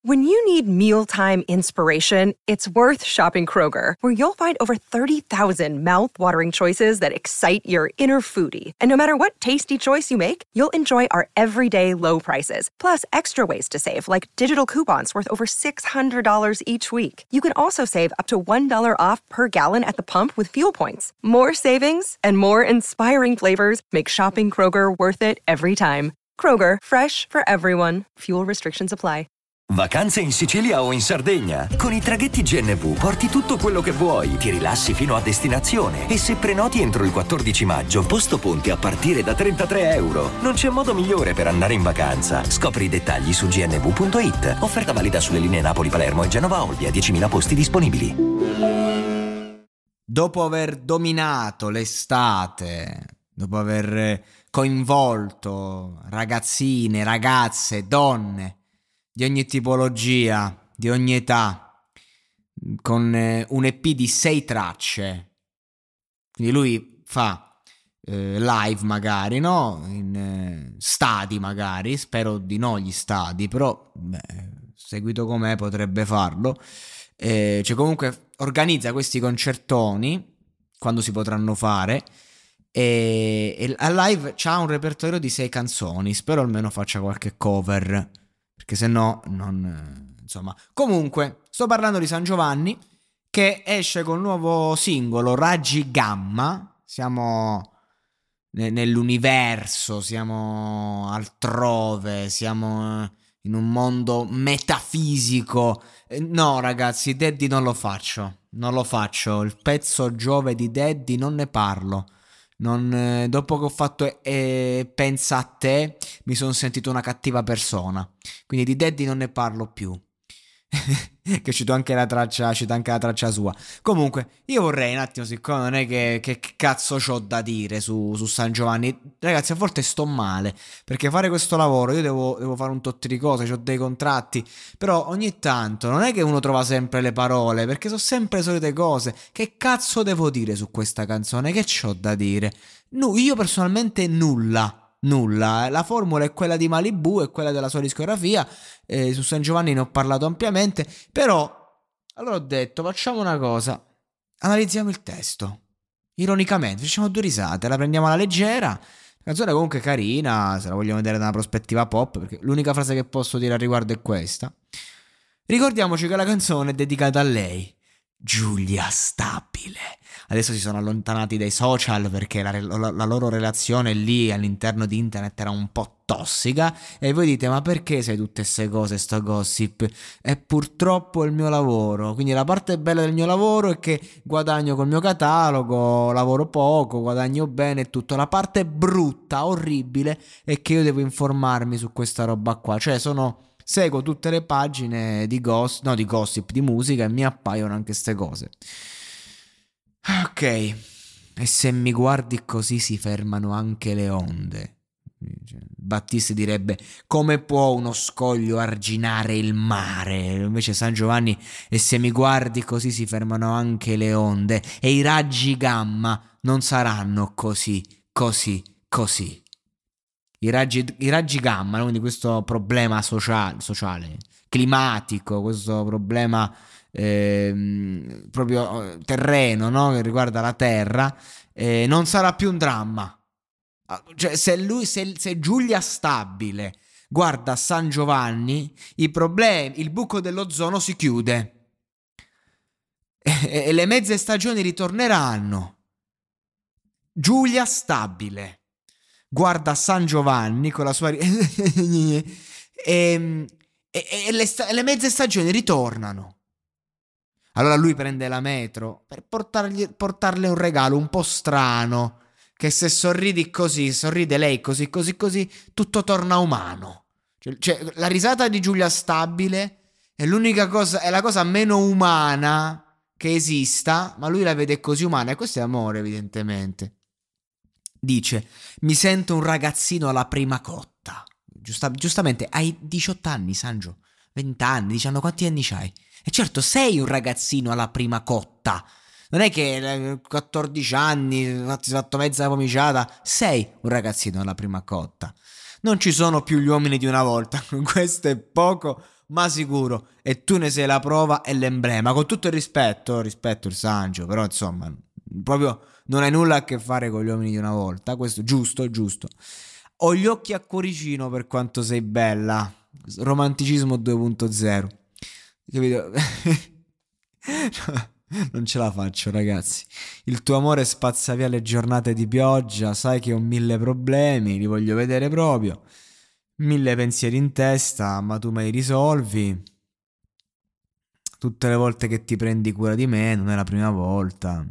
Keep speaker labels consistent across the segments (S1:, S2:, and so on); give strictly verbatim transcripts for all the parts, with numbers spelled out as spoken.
S1: When you need mealtime inspiration, it's worth shopping Kroger, where you'll find over thirty thousand mouth-watering choices that excite your inner foodie. And no matter what tasty choice you make, you'll enjoy our everyday low prices, plus extra ways to save, like digital coupons worth over six hundred dollars each week. You can also save up to one dollar off per gallon at the pump with fuel points. More savings and more inspiring flavors make shopping Kroger worth it every time. Kroger, fresh for everyone. Fuel restrictions apply.
S2: Vacanze in Sicilia o in Sardegna? Con i traghetti G N V porti tutto quello che vuoi, ti rilassi fino a destinazione e se prenoti entro il quattordici maggio, posto ponti a partire da trentatré euro. Non c'è modo migliore per andare in vacanza. Scopri i dettagli su g n v punto i t. Offerta valida sulle linee Napoli-Palermo e Genova-Olbia, diecimila posti disponibili.
S3: Dopo aver dominato l'estate, dopo aver coinvolto ragazzine, ragazze, donne di ogni tipologia, di ogni età, con eh, un E P di sei tracce. Quindi lui fa eh, live magari, no? In eh, stadi magari, spero di no gli stadi, però beh, seguito com'è potrebbe farlo. Eh, cioè comunque organizza questi concertoni, quando si potranno fare, e, e a live c'ha un repertorio di sei canzoni, spero almeno faccia qualche cover, perché se no non, insomma. Comunque sto parlando di San Giovanni, che esce con un nuovo singolo, Raggi Gamma. Siamo ne- nell'universo, siamo altrove, siamo in un mondo metafisico. Eh, no ragazzi, Daddy non lo faccio, non lo faccio, il pezzo Giove di Daddy non ne parlo. Non, eh, dopo che ho fatto eh, Pensa a te, mi sono sentito una cattiva persona. Quindi di Daddy non ne parlo più. Che cito anche la traccia, cito anche la traccia sua. Comunque, io vorrei un attimo, siccome non è che, che cazzo c'ho da dire su, su San Giovanni. Ragazzi, a volte sto male, perché fare questo lavoro, io devo, devo fare un tot di cose, ho dei contratti, però ogni tanto non è che uno trova sempre le parole, perché sono sempre le solite cose. Che cazzo devo dire su questa canzone? Che c'ho da dire? No, io personalmente nulla. Nulla, la formula è quella di Malibu, è quella della sua discografia. Eh, su San Giovanni ne ho parlato ampiamente, però allora ho detto facciamo una cosa, analizziamo il testo ironicamente, facciamo due risate, la prendiamo alla leggera. La canzone è comunque carina, se la vogliamo vedere da una prospettiva pop, perché l'unica frase che posso dire al riguardo è questa: ricordiamoci che la canzone è dedicata a lei, Giulia Stabile. Adesso si sono allontanati dai social perché la, la, la loro relazione lì all'interno di internet era un po' tossica, e voi dite ma perché sai tutte queste cose, sto gossip? È purtroppo il mio lavoro. Quindi la parte bella del mio lavoro è che guadagno col mio catalogo, lavoro poco, guadagno bene e tutto. La parte brutta, orribile, è che io devo informarmi su questa roba qua, cioè sono... seguo tutte le pagine di gossip, no di gossip, di musica, e mi appaiono anche ste cose. Ok, e se mi guardi così si fermano anche le onde. Battisti direbbe come può uno scoglio arginare il mare, invece San Giovanni, e se mi guardi così si fermano anche le onde, e i raggi gamma non saranno così, così, così. I raggi, i raggi gamma, quindi questo problema sociale, sociale climatico, questo problema eh, proprio terreno, no? Che riguarda la terra, eh, non sarà più un dramma. Cioè, se lui, se, se Giulia Stabile guarda San Giovanni, i problemi, il buco dell'ozono si chiude e, e le mezze stagioni ritorneranno. Giulia Stabile guarda San Giovanni con la sua e, e, e le, sta- le mezze stagioni ritornano. Allora lui prende la metro per portargli, portarle un regalo un po' strano, che se sorridi così, sorride lei così così così, tutto torna umano. Cioè, cioè la risata di Giulia Stabile è l'unica cosa, è la cosa meno umana che esista, ma lui la vede così umana, e questo è amore evidentemente. Dice, mi sento un ragazzino alla prima cotta. Giusta, giustamente, hai diciotto anni, Sangio, venti anni, diciamo, quanti anni c'hai? E certo, sei un ragazzino alla prima cotta. Non è che quattordici anni, ti sei fatto mezza pomiciata, sei un ragazzino alla prima cotta. Non ci sono più gli uomini di una volta, questo è poco ma sicuro. E tu ne sei la prova e l'emblema. Con tutto il rispetto, rispetto il Sancio, però insomma, proprio non hai nulla a che fare con gli uomini di una volta. Questo giusto, giusto. Ho gli occhi a cuoricino per quanto sei bella. Romanticismo due punto zero. Capito? Non ce la faccio, ragazzi. Il tuo amore spazza via le giornate di pioggia. Sai che ho mille problemi, li voglio vedere proprio. Mille pensieri in testa, ma tu me li risolvi. Tutte le volte che ti prendi cura di me, non è la prima volta.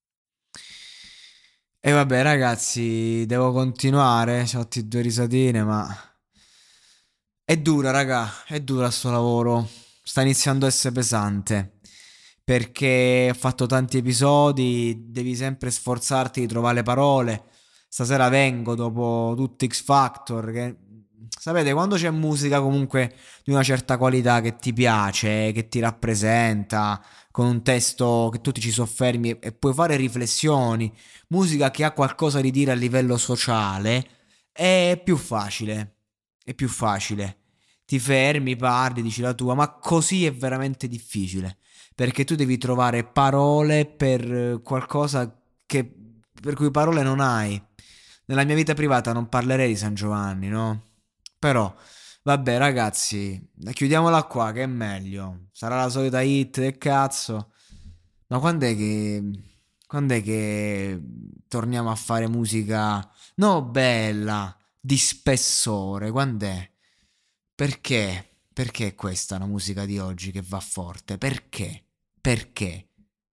S3: E vabbè, ragazzi, devo continuare. C'ho tutte due risatine, ma è dura, raga. È dura sto lavoro. Sta iniziando a essere pesante. Perché ho fatto tanti episodi, devi sempre sforzarti di trovare le parole. Stasera vengo dopo tutto X Factor, che sapete, quando c'è musica comunque di una certa qualità che ti piace, che ti rappresenta, con un testo che tu ti ci soffermi e puoi fare riflessioni, musica che ha qualcosa di dire a livello sociale, è più facile, è più facile. Ti fermi, parli, dici la tua, ma così è veramente difficile. Perché tu devi trovare parole per qualcosa che, per cui parole non hai. Nella mia vita privata non parlerei di San Giovanni, no? Però, vabbè, ragazzi, chiudiamola qua che è meglio. Sarà la solita hit del cazzo. Ma quando è che... quando è che torniamo a fare musica, no, bella, di spessore? Quando è? Perché? Perché è questa la musica di oggi che va forte? Perché? Perché?